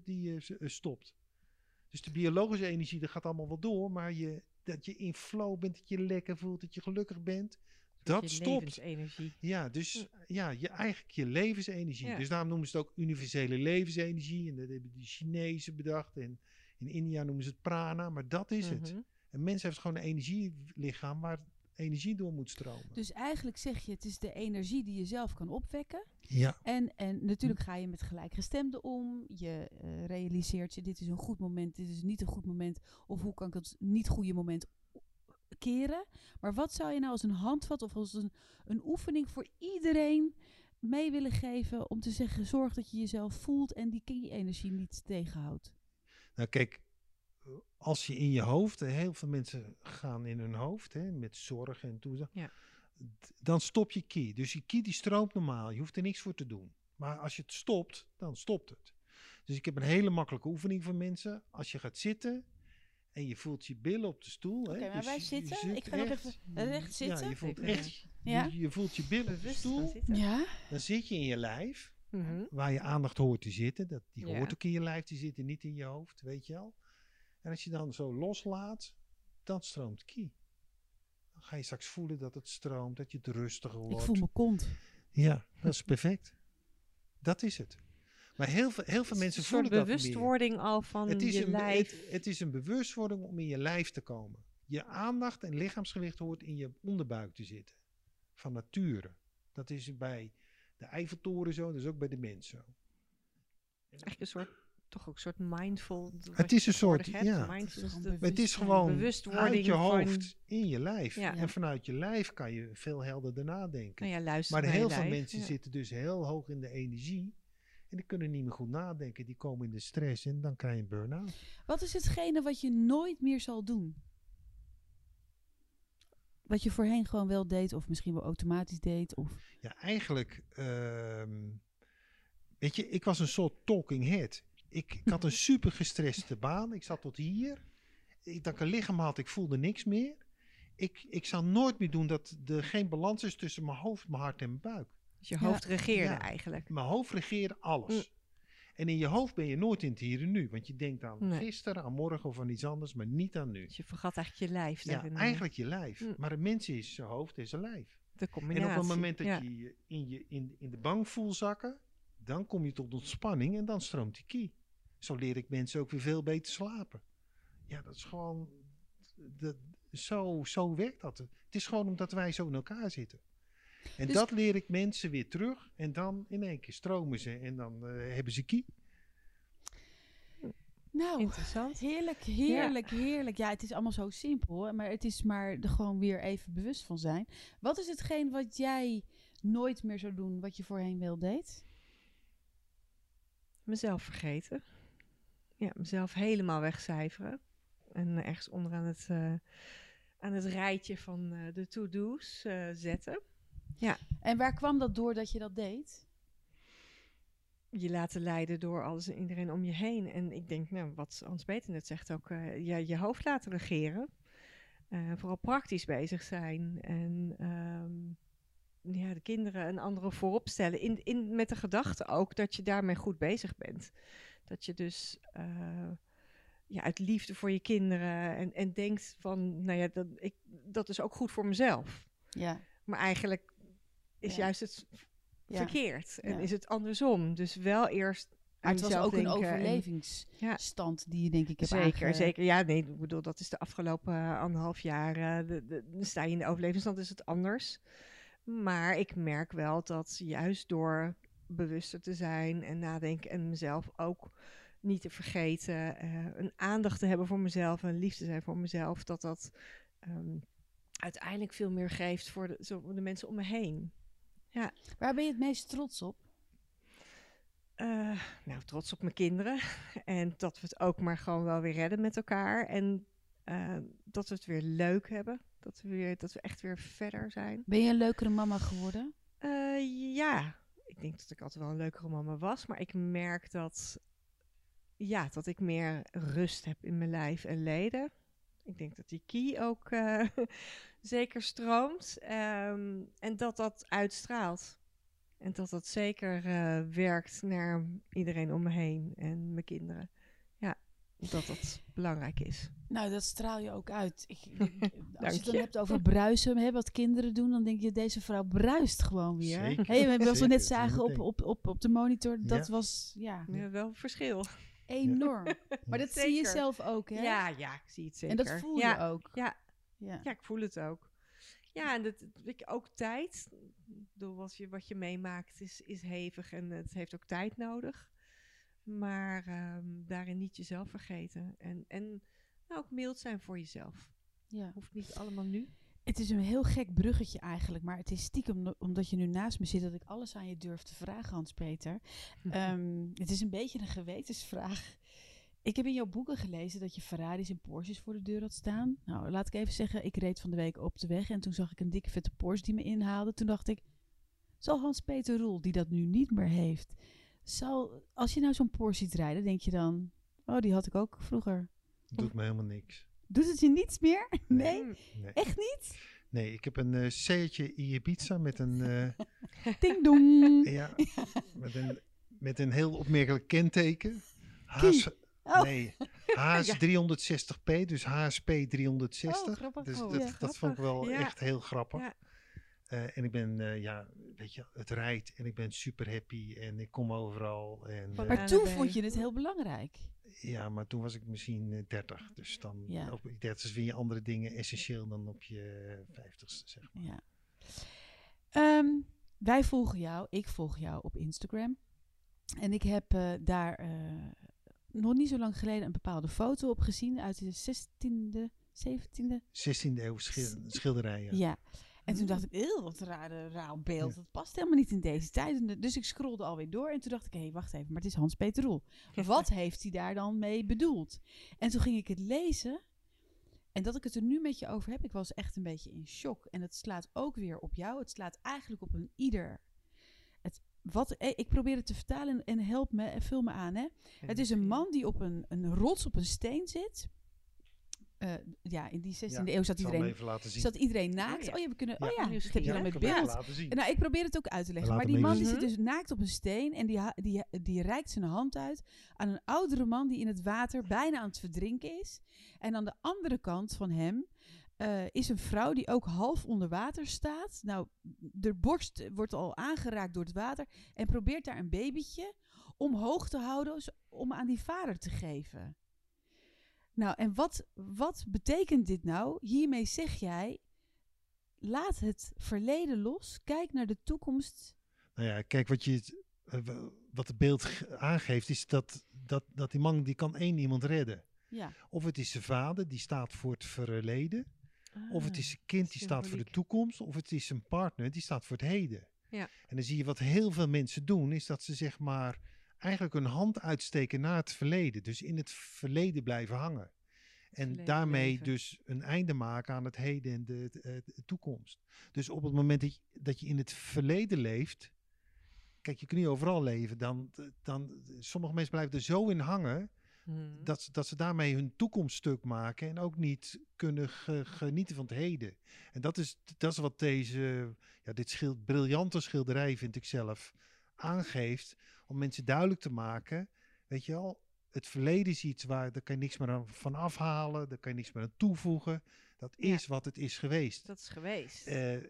stopt. Dus de biologische energie, dat gaat allemaal wel door. Maar dat je in flow bent, dat je lekker voelt, dat je gelukkig bent. Dat stopt. Levensenergie. Ja, dus eigenlijk je levensenergie. Ja. Dus daarom noemen ze het ook universele levensenergie. En dat hebben de Chinezen bedacht. En in India noemen ze het prana. Maar dat is het. Een mens heeft gewoon een energielichaam waar energie door moet stromen. Dus eigenlijk zeg je, het is de energie die je zelf kan opwekken. Ja. En natuurlijk ga je met gelijkgestemden om. Je realiseert je, dit is een goed moment, dit is niet een goed moment. Of hoe kan ik het niet goede moment keren? Maar wat zou je nou als een handvat of als een oefening voor iedereen mee willen geven om te zeggen, zorg dat je jezelf voelt en die Ki-energie niet tegenhoudt? Nou kijk, als je in je hoofd, heel veel mensen gaan in hun hoofd met zorg en toezicht. Ja. Dan stop je Ki. Dus je Ki die stroomt normaal. Je hoeft er niks voor te doen. Maar als je het stopt, dan stopt het. Dus ik heb een hele makkelijke oefening voor mensen. Als je gaat zitten en je voelt je billen op de stoel. Oké, maar dus wij zitten. Ik ga nog even recht zitten. Ja, je voelt echt. Je voelt je billen op de stoel. Ja. Dan zit je in je lijf. Waar je aandacht hoort te zitten. Die hoort ook in je lijf. Die zitten niet in je hoofd. Weet je al. En als je dan zo loslaat, dan stroomt Ki. Dan ga je straks voelen dat het stroomt, dat je het rustiger wordt. Ik voel mijn kont. Ja, dat is perfect. Dat is het. Maar heel veel mensen voelen dat meer. Een soort bewustwording al van je lijf. Het is een bewustwording om in je lijf te komen. Je aandacht en lichaamsgewicht hoort in je onderbuik te zitten. Van nature. Dat is bij de Eiffeltoren zo, dat is ook bij de mens zo. Eigenlijk toch ook een soort mindful. Het is een soort, het is gewoon bewustwording uit je hoofd in je lijf. Ja. En vanuit je lijf kan je veel helderder nadenken. Nou ja, maar heel veel mensen zitten dus heel hoog in de energie. En die kunnen niet meer goed nadenken. Die komen in de stress en dan krijg je een burn-out. Wat is hetgene wat je nooit meer zal doen? Wat je voorheen gewoon wel deed of misschien wel automatisch deed? Of... Ja, eigenlijk... weet je, ik was een soort talking head. Ik had een super gestreste baan. Ik zat tot hier. Dat ik een lichaam had, ik voelde niks meer. Ik zou nooit meer doen dat er geen balans is tussen mijn hoofd, mijn hart en mijn buik. Dus je hoofd regeerde eigenlijk. Mijn hoofd regeerde alles. En in je hoofd ben je nooit in het hier en nu. Want je denkt aan gisteren, aan morgen of aan iets anders, maar niet aan nu. Dus je vergat eigenlijk je lijf. Ja, eigenlijk je lijf. Maar een mens is zijn hoofd en zijn lijf. De combinatie. En op het moment dat je in de bank voelt zakken, dan kom je tot ontspanning en dan stroomt die Ki. Zo leer ik mensen ook weer veel beter slapen. Ja, dat is gewoon... Zo werkt dat. Het is gewoon omdat wij zo in elkaar zitten. En dus dat leer ik mensen weer terug. En dan in één keer stromen ze. En dan hebben ze Ki. Nou, interessant. Heerlijk. Ja, het is allemaal zo simpel. Maar het is maar er gewoon weer even bewust van zijn. Wat is hetgeen wat jij nooit meer zou doen, wat je voorheen wel deed? Mezelf vergeten. Ja, mezelf helemaal wegcijferen. En ergens onderaan het rijtje van de to-do's zetten. En waar kwam dat door dat je dat deed? Je laten leiden door alles en iedereen om je heen. En ik denk, nou, wat Hans-Peter net zegt ook, je hoofd laten regeren. Vooral praktisch bezig zijn. En de kinderen en anderen voorop stellen. Met de gedachte ook dat je daarmee goed bezig bent. Dat je dus uit liefde voor je kinderen en denkt van, nou ja, dat is ook goed voor mezelf. Ja. Maar eigenlijk is juist het verkeerd. En Ja. is het andersom. Dus wel eerst Maar het aan was jezelf ook een denken en- overlevingsstand die je denk ik hebt Zeker. Ja, nee, ik bedoel, dat is de afgelopen 1,5 jaar. Dan sta je in de overlevingsstand, is het anders. Maar ik merk wel dat juist door bewuster te zijn en nadenken en mezelf ook niet te vergeten, een aandacht te hebben voor mezelf en lief te zijn voor mezelf, dat uiteindelijk veel meer geeft voor de mensen om me heen. Waar ben je het meest trots op? Nou, trots op mijn kinderen. En dat we het ook maar gewoon wel weer redden met elkaar. En dat we het weer leuk hebben. Dat we echt weer verder zijn. Ben je een leukere mama geworden? Ja, ik denk dat ik altijd wel een leukere mama was. Maar ik merk dat ik meer rust heb in mijn lijf en leden. Ik denk dat die ki ook zeker stroomt. En dat uitstraalt. En dat zeker werkt naar iedereen om me heen en mijn kinderen. Ja, dat belangrijk is. Nou, dat straal je ook uit. Als Dank je het dan je. hebt over bruisen, wat kinderen doen, dan denk je, deze vrouw bruist gewoon weer. Zeker. Hey, wat we net Zeker, zagen meteen. op de monitor, dat Ja. was Wel verschil. enorm. Maar dat zie je Zeker. zelf ook, hè? Ja, ik zie het zeker. En dat voel je ja, ook. Ja. Ja. Ja, ik voel het ook. Ja, en ook tijd. Ik bedoel, wat je meemaakt is hevig en het heeft ook tijd nodig. Maar daarin niet jezelf vergeten. En ook mild zijn voor jezelf. Ja. Hoeft niet allemaal nu. Het is een heel gek bruggetje eigenlijk, maar het is stiekem omdat je nu naast me zit dat ik alles aan je durf te vragen, Hans-Peter. Het is een beetje een gewetensvraag. Ik heb in jouw boeken gelezen dat je Ferraris en Porsches voor de deur had staan. Nou, laat ik even zeggen, ik reed van de week op de weg en toen zag ik een dikke vette Porsche die me inhaalde. Toen dacht ik, zal Hans-Peter Roel, die dat nu niet meer heeft, als je nou zo'n Porsche ziet rijden, denk je dan, oh, die had ik ook vroeger. Doet me helemaal niks. Doet het je niets meer? Nee? Nee. Echt niet? Nee, ik heb een Seatje Ibiza met een, Ding dong! ja, met een heel opmerkelijk kenteken. Oh. Nee, HS 360p, dus HSP 360. Oh, grappig. Dus Oh, dat, ja. dat vond ik wel Ja. echt heel grappig. Ja. En ik ben, weet je, het rijdt en ik ben super happy en ik kom overal. En, Van Maar A toen naar B. vond je het heel belangrijk. ja, maar toen was ik misschien 30. Dus dan Ja. op je 30 vind je andere dingen essentieel dan op je 50ste, zeg maar. Ja. Wij volgen jou, ik volg jou op Instagram. En ik heb daar nog niet zo lang geleden een bepaalde foto op gezien uit de 16e, 17e. 16e eeuw schilderijen. Ja. En toen dacht ik, wat raar beeld. Dat past helemaal niet in deze tijd. Dus ik scrolde alweer door en toen dacht ik, hé, wacht even, maar het is Hans-Peter Roel. Wat heeft hij daar dan mee bedoeld? En toen ging ik het lezen. En dat ik het er nu met je over heb, ik was echt een beetje in shock. En het slaat ook weer op jou. Het slaat eigenlijk op een ieder. Ik probeer het te vertalen en help me en vul me aan. Hè? Het is een man die op een rots op een steen zit. In die 16e eeuw zat Ik zal hem iedereen, even laten zien. zat iedereen naakt. ja. Oh ja, we kunnen. Ja. Oh ja, ik heb je Ja, dan met Ik wil hem beeld. even laten zien. Nou, ik probeer het ook uit te leggen. Laat Maar hem die man even die zien. zit dus naakt op een steen en die reikt zijn hand uit aan een oudere man die in het water bijna aan het verdrinken is. En aan de andere kant van hem is een vrouw die ook half onder water staat. Nou, de borst wordt al aangeraakt door het water en probeert daar een babytje omhoog te houden om aan die vader te geven. Nou, en wat betekent dit nou? Hiermee zeg jij, laat het verleden los, kijk naar de toekomst. Nou ja, kijk, wat het beeld aangeeft is dat die man die kan één iemand redden. Ja, Of het is zijn vader, die staat voor het verleden. Of het is zijn kind, die staat voor de symboliek. toekomst. Of het is zijn partner, die staat voor het heden. Ja. En dan zie je wat heel veel mensen doen, is dat ze zeg maar eigenlijk hun hand uitsteken naar het verleden. Dus in het verleden blijven hangen. Verleden daarmee leven. dus een einde maken aan het heden en de toekomst. Dus op het moment dat je in het verleden leeft, kijk, je kunt niet overal leven, dan sommige mensen blijven er zo in hangen Mhm. dat ze daarmee hun toekomst stuk maken en ook niet kunnen genieten van het heden. En dat is wat dit briljante schilderij, vind ik zelf, aangeeft, om mensen duidelijk te maken, weet je wel, het verleden is iets daar kan je niks meer van afhalen, daar kan je niks meer aan toevoegen. Dat is wat het is geweest. Dat is geweest.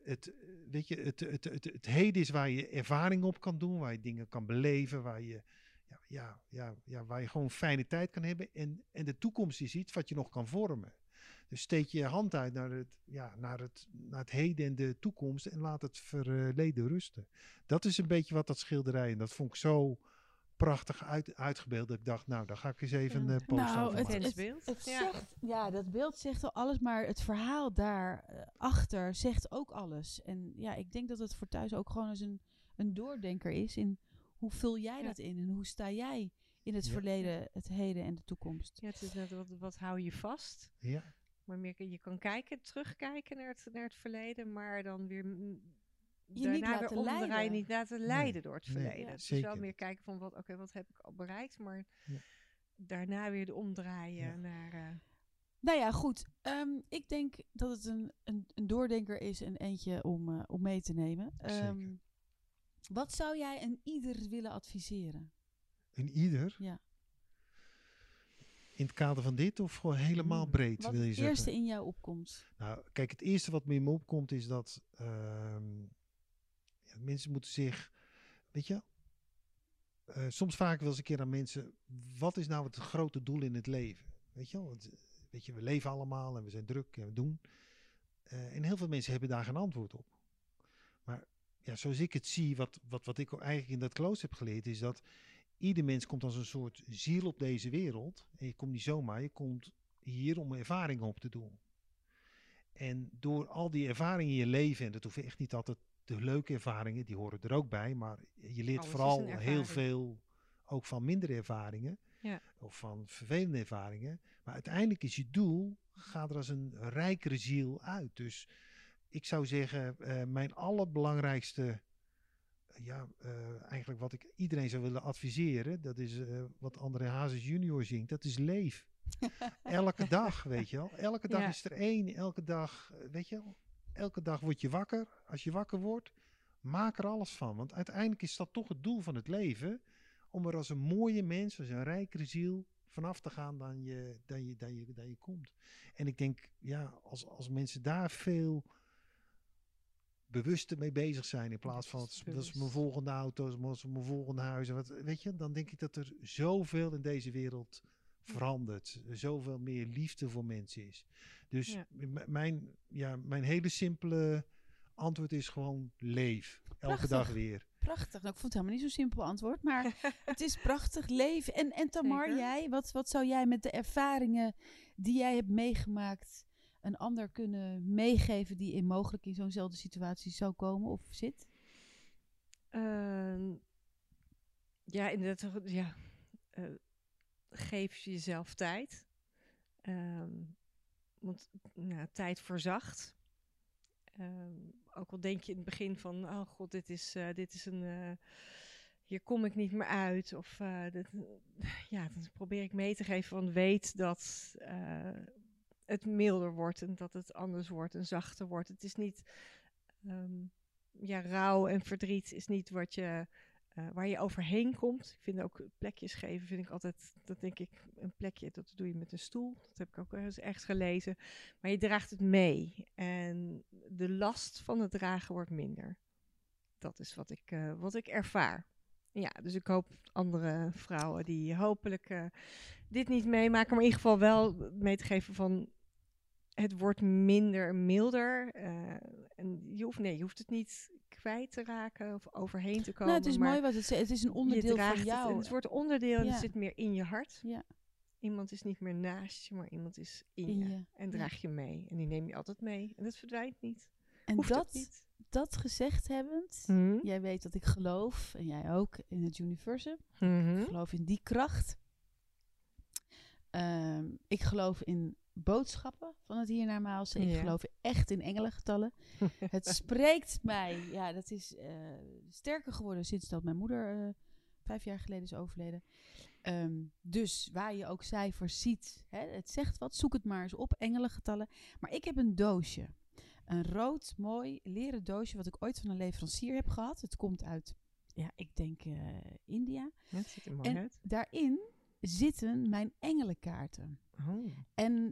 Het heden is waar je ervaring op kan doen, waar je dingen kan beleven, waar je waar je gewoon een fijne tijd kan hebben. En de toekomst is iets wat je nog kan vormen. Dus steek je hand uit naar het heden en de toekomst en laat het verleden rusten. Dat is een beetje wat dat schilderij, en dat vond ik zo prachtig uitgebeeld, dat ik dacht, nou, daar ga ik eens even een post Nou, over het- maken. Intens beeld. Het Ja. zegt, dat beeld zegt al alles, maar het verhaal daarachter achter zegt ook alles. En ja, ik denk dat het voor thuis ook gewoon eens een doordenker is in hoe vul jij dat in en hoe sta jij in het Ja. verleden, het heden en de toekomst. Ja, het is net wat hou je vast. Ja, Maar meer, je kan terugkijken naar het verleden, maar dan weer Je niet daarna weer laten omdraaien, leiden. niet laten leiden door het Nee, verleden. ja, Het is wel zeker. meer kijken van wat heb ik al bereikt, maar Ja. daarna weer de omdraaien Ja. naar... Nou ja, goed. Ik denk dat het een doordenker is en eentje om mee te nemen. Zeker. Wat zou jij een ieder willen adviseren? in ieder, Ja. in het kader van dit of gewoon helemaal breed, Wat wil je het zeggen? eerste in jou opkomt. Nou, kijk, het eerste wat me in me opkomt is dat mensen moeten zich, weet je, soms vraag ik wel eens een keer aan mensen, wat is nou het grote doel in het leven? Weet je wel, weet je, we leven allemaal en we zijn druk en we doen. En heel veel mensen hebben daar geen antwoord op. Maar ja, zoals ik het zie, wat ik ook eigenlijk in dat klooster heb geleerd, is dat ieder mens komt als een soort ziel op deze wereld. En je komt niet zomaar, je komt hier om ervaringen op te doen. En door al die ervaringen in je leven, en dat hoeven echt niet altijd de leuke ervaringen, die horen er ook bij, maar je leert Alles is vooral een heel ervaring. veel ook van mindere ervaringen. Ja. Of van vervelende ervaringen. Maar uiteindelijk is je doel, gaat er als een rijkere ziel uit. Dus ik zou zeggen, mijn allerbelangrijkste, eigenlijk wat ik iedereen zou willen adviseren, dat is wat André Hazes junior zingt, dat is leef. Elke dag, weet je wel. Elke dag Ja. is er één. Elke dag, weet je wel. Elke dag word je wakker. Als je wakker wordt, maak er alles van. Want uiteindelijk is dat toch het doel van het leven. Om er als een mooie mens, als een rijkere ziel, vanaf te gaan dan je komt. En ik denk, ja, als mensen daar veel bewuster mee bezig zijn, in plaats van dat is Bewust. mijn volgende auto, dat is mijn volgende huis. En weet je, dan denk ik dat er zoveel in deze wereld verandert. Zoveel meer liefde voor mensen is. Dus Ja. mijn hele simpele antwoord is gewoon leef. Elke Prachtig. dag weer. Prachtig. Nou, ik vond het helemaal niet zo'n simpel antwoord, maar het is prachtig leven. En Tamar, Zeker. jij, wat zou jij met de ervaringen die jij hebt meegemaakt een ander kunnen meegeven die mogelijk in zo'nzelfde situatie zou komen of zit? Ja, inderdaad. Ja, geef jezelf tijd. Want tijd verzacht. Ook al denk je in het begin van, oh god, dit is een, hier kom ik niet meer uit. Of dan probeer ik mee te geven van weet dat het milder wordt en dat het anders wordt en zachter wordt. Het is niet, rouw en verdriet is niet wat je, waar je overheen komt. Ik vind ook plekjes geven, vind ik altijd, dat denk ik, een plekje, dat doe je met een stoel. Dat heb ik ook eens echt gelezen. Maar je draagt het mee en de last van het dragen wordt minder. Dat is wat ik ervaar. Ja, dus ik hoop andere vrouwen die hopelijk dit niet meemaken, maar in ieder geval wel mee te geven van het wordt milder. En je hoeft het niet kwijt te raken of overheen te komen. Nou, het is maar mooi wat het zegt. Het is een je onderdeel draagt van jou. Het, en het wordt onderdeel en Ja. het zit meer in je hart. Ja. Iemand is niet meer naast je, maar iemand is in In je. je, En ja. draag je mee. En die neem je altijd mee. En dat verdwijnt niet. En Hoeft ook niet. dat gezegd hebbend, Mhm. jij weet dat ik geloof, en jij ook, in het universum. Mhm. Ik geloof in die kracht. Ik geloof in boodschappen van het hiernamaals. Ik Ja. geloof echt in engelengetallen. Het spreekt mij. Ja, dat is sterker geworden sinds dat mijn moeder 5 jaar geleden is overleden. Dus waar je ook cijfers ziet, hè, het zegt wat, zoek het maar eens op, engelengetallen. Maar ik heb een doosje. Een rood, mooi leren doosje wat ik ooit van een leverancier heb gehad. Het komt uit, ik denk India. Het ziet er mooi En uit. daarin zitten mijn engelenkaarten. Oh. En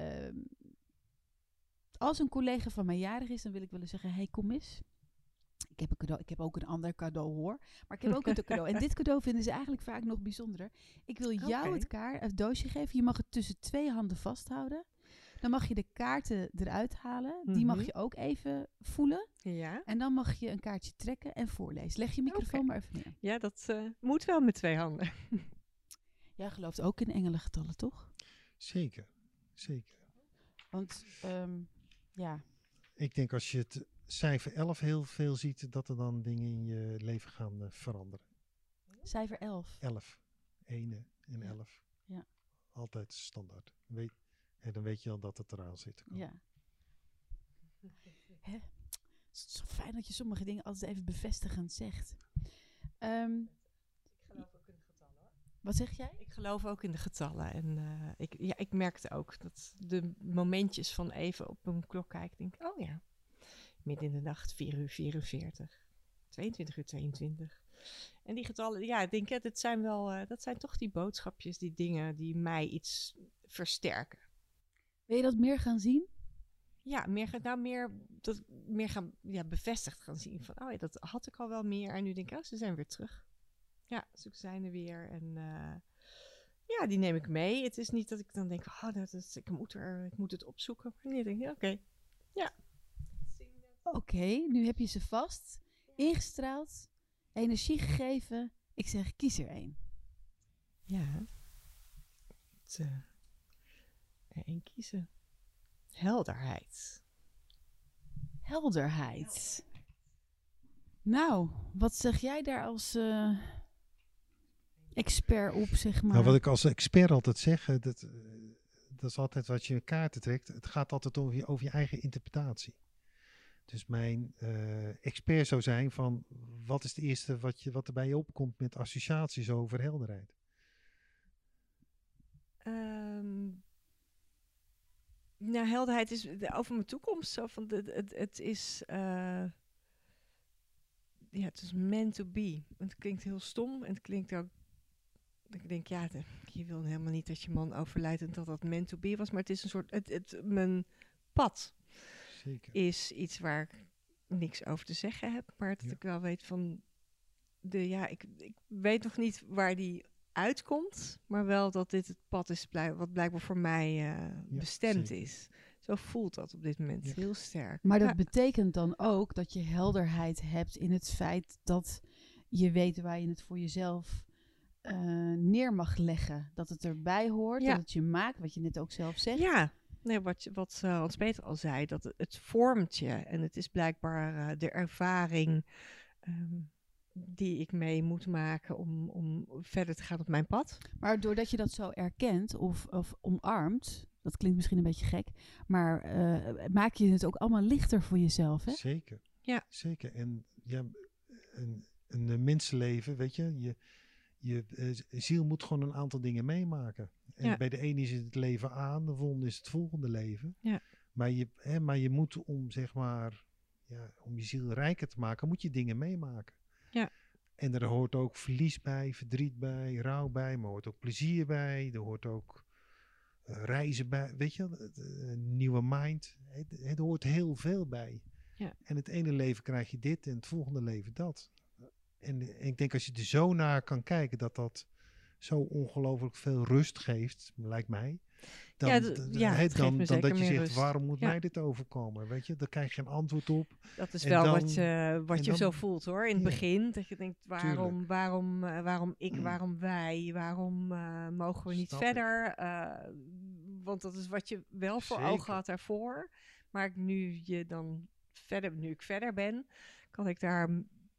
als een collega van mij jarig is, dan wil ik willen zeggen, hey, kom eens. Ik heb een cadeau. Ik heb ook een ander cadeau, hoor. Maar ik heb ook een cadeau. En dit cadeau vinden ze eigenlijk vaak nog bijzonderer. Ik wil jou het doosje geven. Je mag het tussen 2 handen vasthouden. Dan mag je de kaarten eruit halen. Die mag je ook even voelen. Ja. En dan mag je een kaartje trekken en voorlezen. Leg je microfoon maar even neer. Ja, dat moet wel met 2 handen. Jij gelooft ook in engelengetallen, toch? Zeker, zeker. Want, ja... Ik denk als je het cijfer 11 heel veel ziet, dat er dan dingen in je leven gaan veranderen. Cijfer 11. 11. 1 en 11. Ja. Altijd standaard. Dan weet je al dat het eraan zit. Ja. Hè? Het is zo fijn dat je sommige dingen altijd even bevestigend zegt. Ik geloof ook in de getallen, hoor. Wat zeg jij? Ik geloof ook in de getallen. En ik merkte ook dat de momentjes van even op een klok kijken, denk ik, oh ja, midden in de nacht, 4:44, 22:22. En die getallen, ja, ik denk, dat zijn toch die boodschapjes, die dingen die mij iets versterken. Wil je dat meer gaan zien? Ja, meer gaan bevestigd gaan zien. Van, oh ja, dat had ik al wel meer. En nu denk ik, ze zijn weer terug. Ja, ze zijn er weer. En die neem ik mee. Het is niet dat ik dan denk, ik moet het opzoeken. Maar nee, denk ik, oké. Ja. Oké, nu heb je ze vast, ingestraald, energie gegeven. Ik zeg, kies er 1. Ja. Eén kiezen. Helderheid. Helderheid. Nou, wat zeg jij daar als expert op, zeg maar? Nou, wat ik als expert altijd zeg, dat is altijd wat je in kaarten trekt. Het gaat altijd over je eigen interpretatie. Dus mijn expert zou zijn van, wat is het eerste wat er bij je opkomt met associaties over helderheid? Nou, helderheid is over mijn toekomst. Zo van het is het is meant to be. Het klinkt heel stom en het klinkt ook. Ik denk, je wil helemaal niet dat je man overlijdt en dat meant to be was, maar het is een soort. Mijn pad Zeker. is iets waar ik niks over te zeggen heb, maar dat ik wel weet van. Ik weet nog niet waar die uitkomt, maar wel dat dit het pad is wat blijkbaar voor mij bestemd zeker. is. Zo voelt dat op dit moment heel sterk. Maar dat betekent dan ook dat je helderheid hebt in het feit dat je weet waar je het voor jezelf neer mag leggen. Dat het erbij hoort, dat het je maakt, wat je net ook zelf zegt. Ja, nee, wat Hans-Peter al zei, dat het vormt je. En het is blijkbaar de ervaring die ik mee moet maken om verder te gaan op mijn pad. Maar doordat je dat zo erkent of omarmt, dat klinkt misschien een beetje gek, maar maak je het ook allemaal lichter voor jezelf, hè? Zeker. Ja. Zeker. En ja, een mensenleven, weet je ziel moet gewoon een aantal dingen meemaken. En bij de ene is het leven aan, de volgende is het volgende leven. Ja. Maar je moet om je ziel rijker te maken, moet je dingen meemaken. Ja. En er hoort ook verlies bij, verdriet bij, rouw bij, maar er hoort ook plezier bij, er hoort ook reizen bij, weet je, een nieuwe mind. Het hoort heel veel bij. Ja. En het ene leven krijg je dit en het volgende leven dat. En ik denk als je er zo naar kan kijken, dat zo ongelooflijk veel rust geeft, lijkt mij. Dan dat je zegt, rust. waarom moet mij dit overkomen? Weet je, daar krijg je geen antwoord op. Dat is en wel dan, wat je zo voelt, hoor. In het begin, dat je denkt, waarom ik, waarom wij, waarom mogen we niet verder? Want dat is wat je wel voor ogen had daarvoor. Maar nu ik verder ben, kan ik daar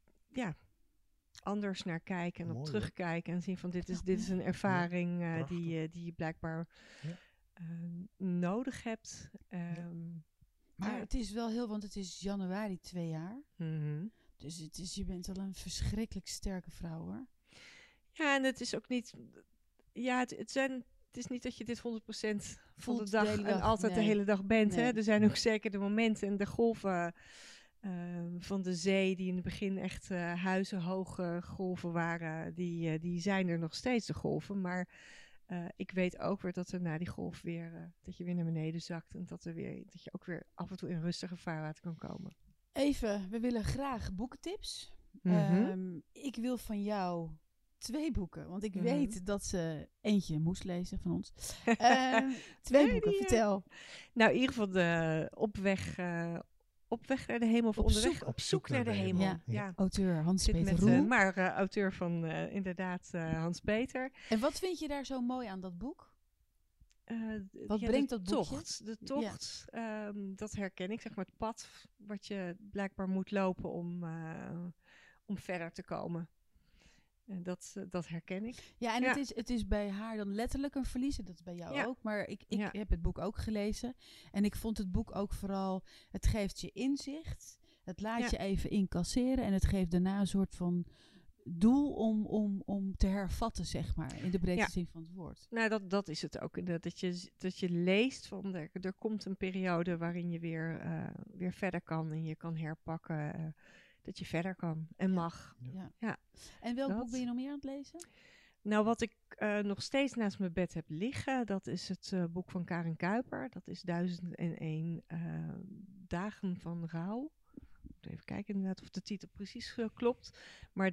anders naar kijken en op terugkijken en zien van dit is een ervaring die je blijkbaar nodig hebt. Maar Ja. het is wel heel, want het is januari 2 jaar. Mhm. Dus je bent wel een verschrikkelijk sterke vrouw, hoor. Ja, en het is ook niet... Ja, het is niet dat je dit 100% van de Voelt dag de hele en dag, altijd de nee. hele dag bent. Hè? Nee. Er zijn ook zeker de momenten en de golven van de zee... die in het begin echt huizenhoge golven waren. Die zijn er nog steeds, de golven. Maar ik weet ook weer dat er na die golf weer... dat je weer naar beneden zakt. En dat je ook weer af en toe in rustige vaarwater kan komen. Even, we willen graag boekentips. Ik wil van jou 2 boeken, want ik Mhm. weet dat ze eentje moest lezen van ons. 2 Nee, boeken, die, vertel. Nou, in ieder geval de op weg naar de hemel. Of Op onderweg zoek- op zoek naar de hemel. Ja. Ja. Auteur Ik Hans-Peter zit met, Roel. maar auteur van inderdaad Hans-Peter. En wat vind je daar zo mooi aan dat boek? Wat Ja, brengt de dat boekje? tocht, de tocht, dat herken ik. Zeg maar het pad wat je blijkbaar moet lopen om verder te komen. En dat herken ik. Ja, en Ja. Het is bij haar dan letterlijk een verlies. En dat is bij jou Ja. ook. Maar ik Ja. heb het boek ook gelezen. En ik vond het boek ook vooral... Het geeft je inzicht. Het laat Ja. je even incasseren. En het geeft daarna een soort van doel om te hervatten, zeg maar. In de breedste Ja. zin van het woord. Nou, dat is het ook. Inderdaad, dat je leest van er komt een periode waarin je weer verder kan en je kan herpakken. Dat je verder kan en Ja. mag. Ja. En welk Dat. boek ben je nog meer aan het lezen? Nou, wat ik nog steeds naast mijn bed heb liggen, dat is het boek van Karin Kuiper. Dat is 1001 dagen van rouw. Even kijken inderdaad of de titel precies klopt. Maar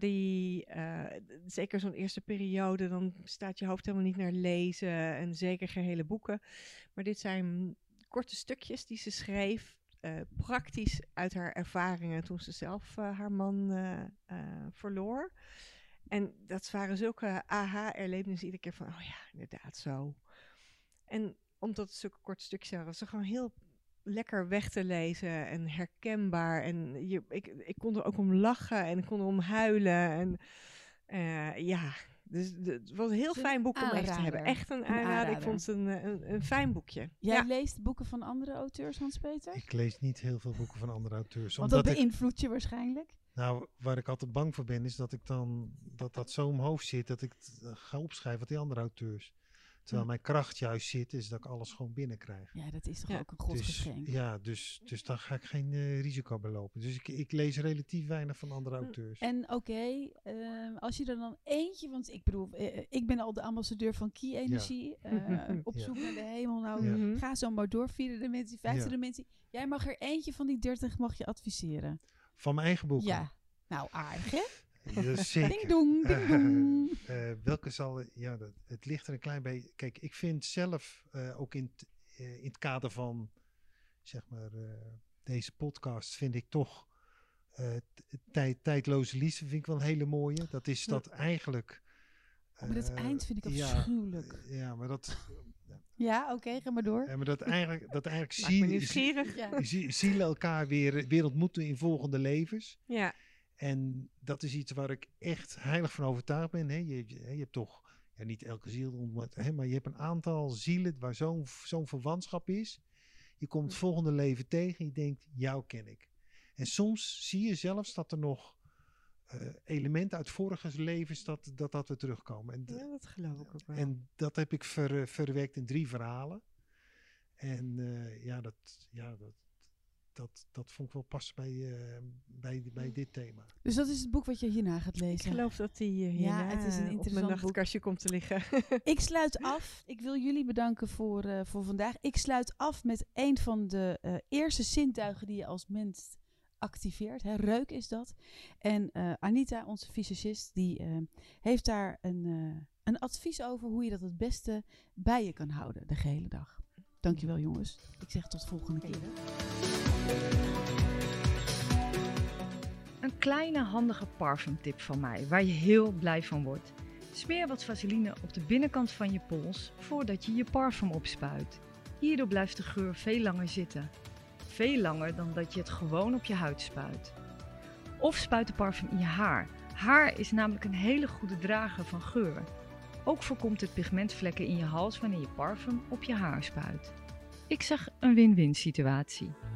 zeker zo'n eerste periode, dan staat je hoofd helemaal niet naar lezen. En zeker geen hele boeken. Maar dit zijn korte stukjes die ze schreef. Praktisch uit haar ervaringen toen ze zelf haar man verloor. En dat waren zulke aha-erlebnissen iedere keer van, oh ja, inderdaad zo. En omdat het zulke korte stukjes waren, was ze gewoon heel lekker weg te lezen en herkenbaar. En ik kon er ook om lachen en ik kon er om huilen. En dus het was een heel Het is fijn een boek om even te hebben. aanrader. Echt een aanrader. aanrader. Ik vond het een fijn boekje. Jij Ja. leest boeken van andere auteurs, Hans-Peter? Ik lees niet heel veel boeken van andere auteurs. Want dat Omdat ik, beïnvloedt je waarschijnlijk. nou, waar ik altijd bang voor ben, is dat ik dan dat zo in mijn hoofd zit dat ik ga opschrijven wat die andere auteurs. Terwijl mijn kracht juist zit, is dat ik alles gewoon binnenkrijg. Ja, dat is toch Ja. ook een godsgeschenk. Dus daar ga ik geen risico bij lopen. Dus ik lees relatief weinig van andere auteurs. En oké, als je er dan eentje, want ik bedoel, ik ben al de ambassadeur van Key Energie, op Ja. zoek naar de hemel. Nou, Ja. Mhm. ga zo maar door, 4e dimensie, 5e Ja. dimensie. Jij mag er eentje van die 30 mag je adviseren. Van mijn eigen boeken. Ja, nou aardig hè? Ja, zeker. Ding dong, ding dong. Welke zal... Ja, het ligt er een klein beetje... Kijk, ik vind zelf ook in het kader van, zeg maar, deze podcast, vind ik toch tijdloze liefde vind ik wel een hele mooie. Dat is dat eigenlijk... Maar dat eind vind ik ja, afschuwelijk. Ja, maar dat... Ja, oké, ga maar door. maar dat eigenlijk Maakt me nieuwsgierig. Ja. zielen elkaar weer ontmoeten in volgende levens. Ja. En dat is iets waar ik echt heilig van overtuigd ben. Hè. Je hebt toch, ja, niet elke ziel ontmoet, hè, maar je hebt een aantal zielen waar zo'n verwantschap is. Je komt het volgende leven tegen en je denkt, jou ken ik. En soms zie je zelfs dat er nog elementen uit vorige levens dat we terugkomen. En, Ja, dat geloof ik ook wel. en dat heb ik verwerkt in 3 verhalen. En dat vond ik wel passen bij dit thema. Dus dat is het boek wat je hierna gaat Ik lezen. geloof dat die Ja, het is een op interessant mijn boek. nachtkastje komt te liggen. Ik sluit af. Ik wil jullie bedanken voor vandaag. Ik sluit af met een van de eerste zintuigen die je als mens activeert. Hè. Reuk is dat. En Anita, onze fysicist, die heeft daar een advies over hoe je dat het beste bij je kan houden de gehele dag. Dankjewel jongens. Ik zeg tot volgende keer. Een kleine handige parfumtip van mij, waar je heel blij van wordt. Smeer wat vaseline op de binnenkant van je pols voordat je je parfum opspuit. Hierdoor blijft de geur veel langer zitten. Veel langer dan dat je het gewoon op je huid spuit. Of spuit de parfum in je haar. Haar is namelijk een hele goede drager van geur. Ook voorkomt het pigmentvlekken in je hals wanneer je parfum op je haar spuit. Ik zag een win-win situatie.